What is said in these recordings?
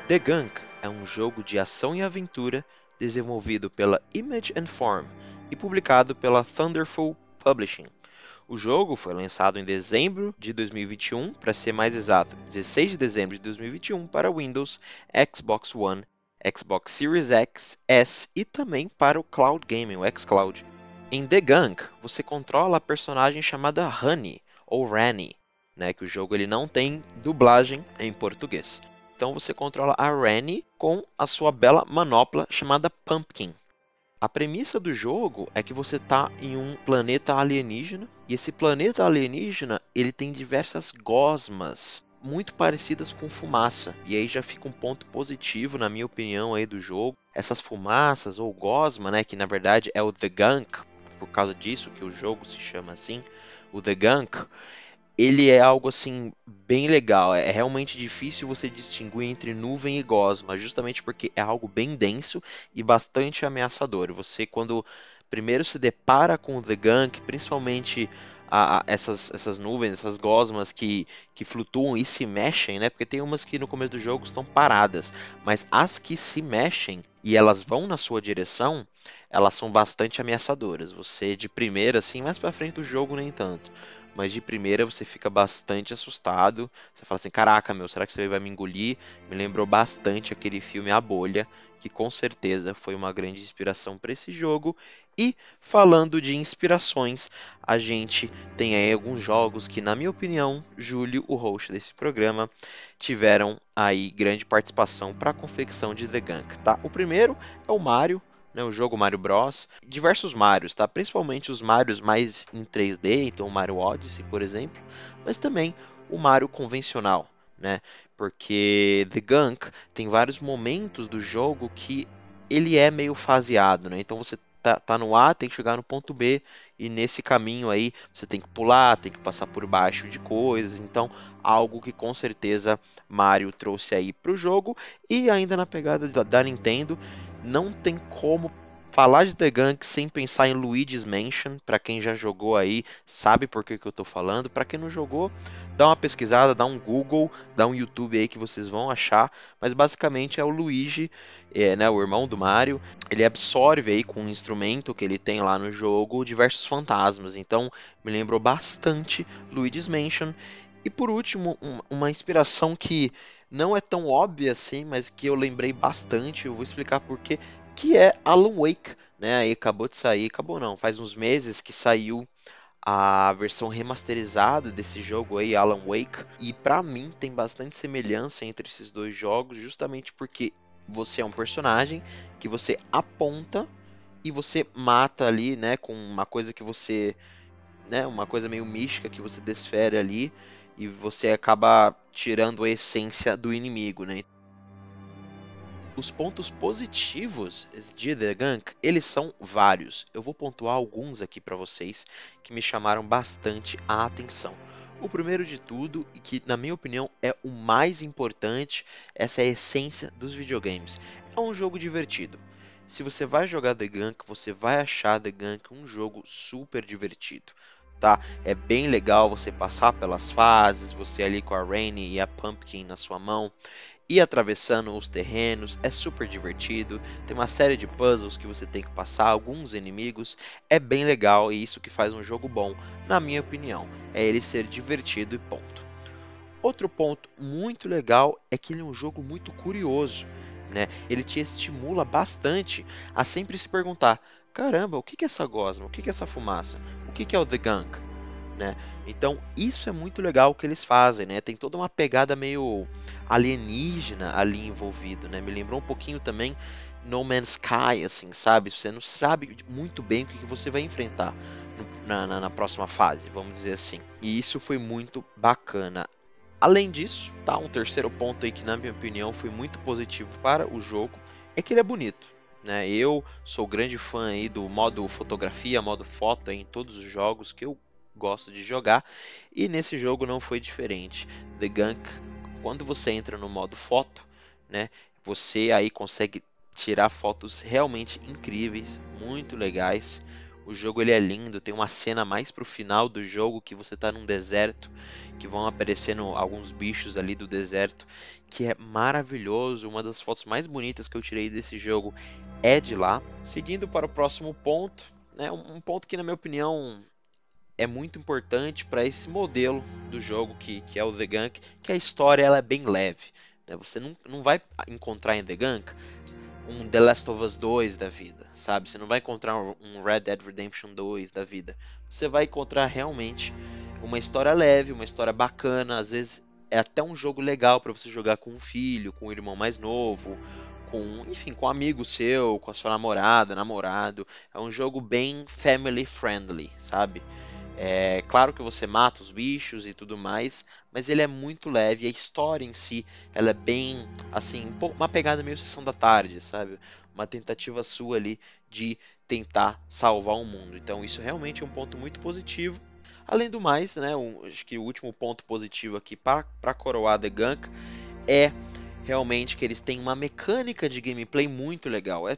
The Gunk é um jogo de ação e aventura desenvolvido pela Image & Form e publicado pela Thunderful Publishing. O jogo foi lançado em dezembro de 2021, para ser mais exato, 16 de dezembro de 2021 para Windows, Xbox One, Xbox Series X, S e também para o Cloud Gaming, o xCloud. Em The Gunk, você controla a personagem chamada Honey, ou Rani, né, que o jogo ele não tem dublagem em português. Então você controla a Rani com a sua bela manopla chamada Pumpkin. A premissa do jogo é que você está em um planeta alienígena e esse planeta alienígena ele tem diversas gosmas muito parecidas com fumaça. E aí já fica um ponto positivo, na minha opinião, aí do jogo. Essas fumaças ou gosma, né, que na verdade é o The Gunk, por causa disso que o jogo se chama assim, o The Gunk, ele é algo assim bem legal. É realmente difícil você distinguir entre nuvem e gosma, justamente porque é algo bem denso e bastante ameaçador. Você, quando primeiro se depara com o The Gunk, principalmente essas nuvens, essas gosmas que flutuam e se mexem, né? Porque tem umas que no começo do jogo estão paradas, mas as que se mexem e elas vão na sua direção, elas são bastante ameaçadoras. Você de primeira, assim, mais pra frente do jogo nem tanto. Mas de primeira você fica bastante assustado. Você fala assim: caraca, meu, será que isso aí vai me engolir? Me lembrou bastante aquele filme A Bolha, que com certeza foi uma grande inspiração para esse jogo. E falando de inspirações, a gente tem aí alguns jogos que, na minha opinião, Júlio, o host desse programa, tiveram aí grande participação para a confecção de The Gunk, tá? O primeiro é o Mario, né, o jogo Mario Bros. Diversos Marios, tá? Principalmente os Marios mais em 3D, então o Mario Odyssey, por exemplo, mas também o Mario convencional, né? Porque The Gunk tem vários momentos do jogo que ele é meio faseado, né? Então você tá no A, tem que chegar no ponto B, e nesse caminho aí você tem que pular, tem que passar por baixo de coisas, então algo que com certeza Mario trouxe aí para o jogo, e ainda na pegada da Nintendo, não tem como falar de The Gunk sem pensar em Luigi's Mansion. Para quem já jogou aí, sabe por que eu tô falando. Para quem não jogou, dá uma pesquisada, dá um Google, dá um YouTube aí que vocês vão achar. Mas basicamente é o Luigi, né, o irmão do Mario. Ele absorve aí com um instrumento que ele tem lá no jogo diversos fantasmas. Então me lembrou bastante Luigi's Mansion. E por último, uma inspiração que não é tão óbvia assim, mas que eu lembrei bastante, eu vou explicar por quê, que é Alan Wake, né? Aí acabou de sair, acabou não, faz uns meses que saiu a versão remasterizada desse jogo aí, Alan Wake, e pra mim tem bastante semelhança entre esses dois jogos, justamente porque você é um personagem que você aponta e você mata ali, né, com uma coisa que você, né, uma coisa meio mística que você desfere ali e você acaba tirando a essência do inimigo, né? Os pontos positivos de The Gunk, eles são vários. Eu vou pontuar alguns aqui para vocês que me chamaram bastante a atenção. O primeiro de tudo, e que na minha opinião é o mais importante, essa é a essência dos videogames. É um jogo divertido. Se você vai jogar The Gunk, você vai achar The Gunk um jogo super divertido. Tá? É bem legal você passar pelas fases, você ali com a Rainy e a Pumpkin na sua mão, ir atravessando os terrenos, é super divertido, tem uma série de puzzles que você tem que passar, alguns inimigos, é bem legal e isso que faz um jogo bom, na minha opinião, é ele ser divertido e ponto. Outro ponto muito legal é que ele é um jogo muito curioso, né? Ele te estimula bastante a sempre se perguntar: caramba, o que é essa gosma? O que é essa fumaça? O que é o The Gunk? Né? Então, isso é muito legal que eles fazem, né? Tem toda uma pegada meio alienígena ali envolvido, né? Me lembrou um pouquinho também No Man's Sky, assim, sabe? Você não sabe muito bem o que você vai enfrentar na próxima fase, vamos dizer assim. E isso foi muito bacana. Além disso, tá? Um terceiro ponto aí que, na minha opinião, foi muito positivo para o jogo é que ele é bonito. Né? Eu sou grande fã aí do modo fotografia, modo foto aí em todos os jogos que eu gosto de jogar, e nesse jogo não foi diferente. The Gunk, quando você entra no modo foto, né, você aí consegue tirar fotos realmente incríveis, muito legais. O jogo ele é lindo, tem uma cena mais pro final do jogo que você tá num deserto, que vão aparecendo alguns bichos ali do deserto, que é maravilhoso. Uma das fotos mais bonitas que eu tirei desse jogo é de lá. Seguindo para o próximo ponto, né, um ponto que na minha opinião é muito importante para esse modelo do jogo que é o The Gunk, que a história ela é bem leve, né? Você não vai encontrar em The Gunk um The Last of Us 2 da vida, sabe? Você não vai encontrar um Red Dead Redemption 2 da vida. Você vai encontrar realmente uma história leve, uma história bacana, às vezes é até um jogo legal para você jogar com um filho, com um irmão mais novo, enfim, com um amigo seu, com a sua namorada, namorado. É um jogo bem family friendly, sabe? É claro que você mata os bichos e tudo mais, mas ele é muito leve. A história em si, ela é bem, assim, uma pegada meio Sessão da Tarde, sabe? Uma tentativa sua ali de tentar salvar o mundo. Então isso realmente é um ponto muito positivo. Além do mais, né, acho que o último ponto positivo aqui para coroar The Gunk é realmente que eles têm uma mecânica de gameplay muito legal.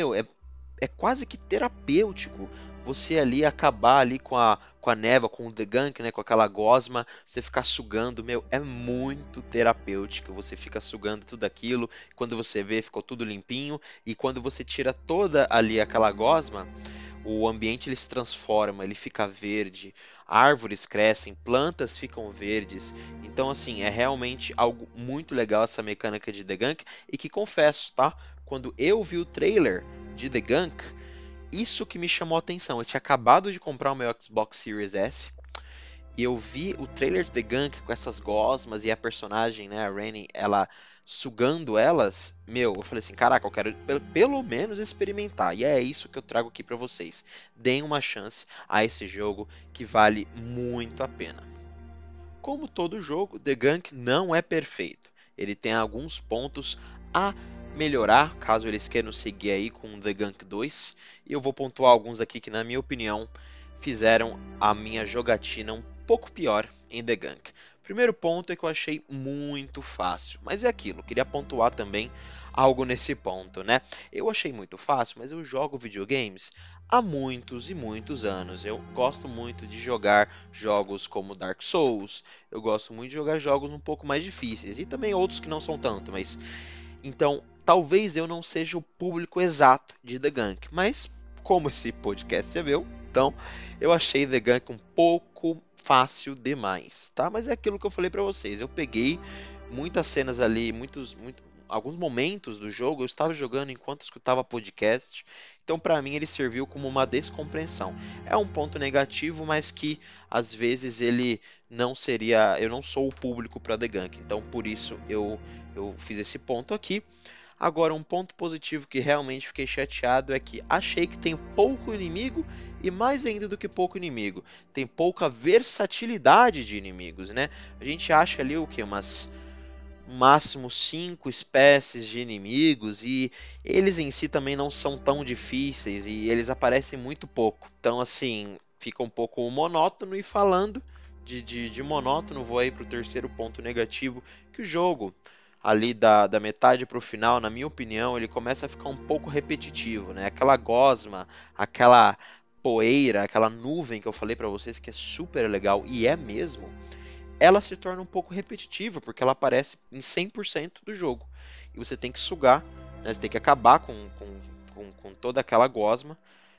É quase que terapêutico você ali acabar ali com a névoa, com o The Gunk, né, com aquela gosma, você ficar sugando, é muito terapêutico, você fica sugando tudo aquilo, quando você vê ficou tudo limpinho, e quando você tira toda ali aquela gosma, o ambiente ele se transforma, ele fica verde, árvores crescem, plantas ficam verdes. Então, assim, é realmente algo muito legal essa mecânica de The Gunk. E que confesso, tá? Quando eu vi o trailer de The Gunk, isso que me chamou a atenção. Eu tinha acabado de comprar o meu Xbox Series S. E eu vi o trailer de The Gunk com essas gosmas e a personagem, né, a Rennie, ela sugando elas. Eu falei assim, caraca, eu quero pelo menos experimentar. E é isso que eu trago aqui pra vocês. Deem uma chance a esse jogo que vale muito a pena. Como todo jogo, The Gunk não é perfeito. Ele tem alguns pontos a melhorar, caso eles queiram seguir aí com The Gunk 2. E eu vou pontuar alguns aqui que, na minha opinião, fizeram a minha jogatina um pouco pior em The Gunk. Primeiro ponto é que eu achei muito fácil, mas é aquilo, eu queria pontuar também algo nesse ponto, né? Eu achei muito fácil, mas eu jogo videogames há muitos e muitos anos. Eu gosto muito de jogar jogos como Dark Souls, eu gosto muito de jogar jogos um pouco mais difíceis e também outros que não são tanto, mas então talvez eu não seja o público exato de The Gunk, mas como esse podcast é meu, então eu achei The Gunk um pouco fácil demais, tá? Mas é aquilo que eu falei pra vocês, eu peguei muitas cenas ali, alguns momentos do jogo eu estava jogando enquanto escutava podcast, então pra mim ele serviu como uma descompreensão. É um ponto negativo, mas que às vezes ele não seria, eu não sou o público para The Gunk, então por isso eu fiz esse ponto aqui. Agora, um ponto positivo que realmente fiquei chateado é que achei que tem pouco inimigo e mais ainda do que pouco inimigo, tem pouca versatilidade de inimigos, né? A gente acha ali o que? Umas no máximo 5 espécies de inimigos e eles em si também não são tão difíceis e eles aparecem muito pouco. Então, assim, fica um pouco monótono. E falando de monótono, vou aí para o terceiro ponto negativo, que o jogo ali da metade para o final, na minha opinião, ele começa a ficar um pouco repetitivo, né? Aquela gosma, aquela poeira, aquela nuvem que eu falei para vocês que é super legal e é mesmo, ela se torna um pouco repetitiva, porque ela aparece em 100% do jogo. E você tem que sugar, né? Você tem que acabar com toda aquela gosma.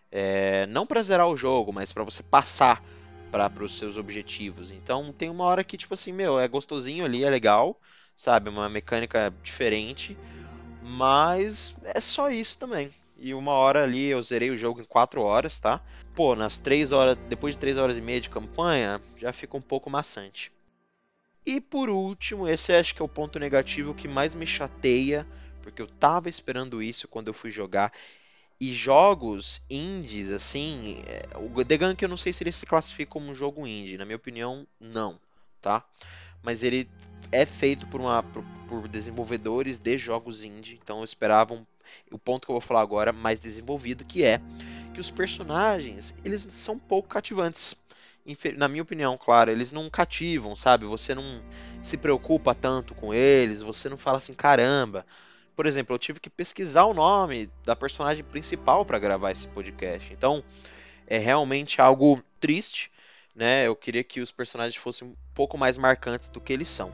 Não para zerar o jogo, mas para você passar para os seus objetivos. Então tem uma hora que, tipo assim, é gostosinho ali, é legal, sabe? Uma mecânica diferente, mas é só isso também. E uma hora ali eu zerei o jogo em 4 horas, tá? Pô, nas 3 horas, depois de 3 horas e meia de campanha, já fica um pouco maçante. E por último, esse acho que é o ponto negativo que mais me chateia, porque eu tava esperando isso quando eu fui jogar. E jogos indies, assim, o The Gunk eu não sei se ele se classifica como um jogo indie, na minha opinião, não, tá? Mas ele é feito por desenvolvedores de jogos indie, então eu esperava o ponto que eu vou falar agora mais desenvolvido, que é que os personagens, eles são pouco cativantes. Na minha opinião, claro, eles não cativam, sabe? Você não se preocupa tanto com eles, você não fala assim, caramba. Por exemplo, eu tive que pesquisar o nome da personagem principal para gravar esse podcast. Então, é realmente algo triste, né? Eu queria que os personagens fossem um pouco mais marcantes do que eles são.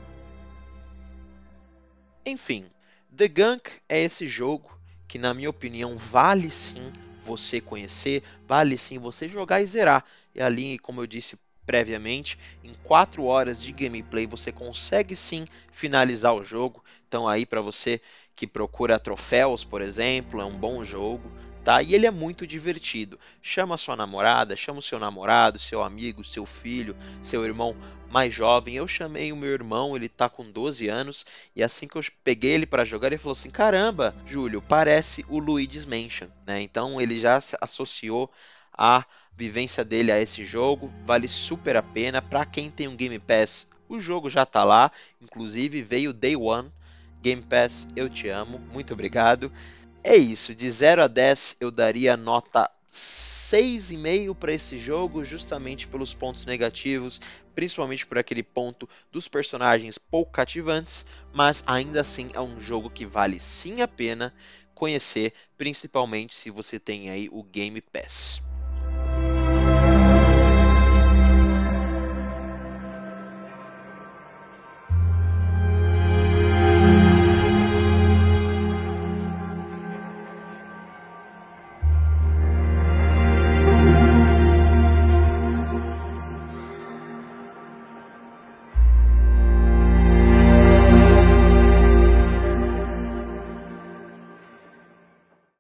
Enfim, The Gunk é esse jogo que, na minha opinião, vale sim você conhecer, vale sim você jogar e zerar. E ali, como eu disse previamente, em 4 horas de gameplay você consegue sim finalizar o jogo. Então aí para você que procura troféus, por exemplo, é um bom jogo, tá? E ele é muito divertido. Chama sua namorada, chama o seu namorado, seu amigo, seu filho, seu irmão mais jovem. Eu chamei o meu irmão, ele tá com 12 anos, e assim que eu peguei ele para jogar, ele falou assim: "Caramba, Júlio, parece o Luigi's Mansion", né? Então ele já se associou a vivência dele a esse jogo, vale super a pena. Para quem tem um Game Pass, o jogo já tá lá, inclusive veio Day One. Game Pass, eu te amo, muito obrigado. É isso, de 0 a 10 eu daria nota 6,5 para esse jogo, justamente pelos pontos negativos, principalmente por aquele ponto dos personagens pouco cativantes, mas ainda assim é um jogo que vale sim a pena conhecer, principalmente se você tem aí o Game Pass.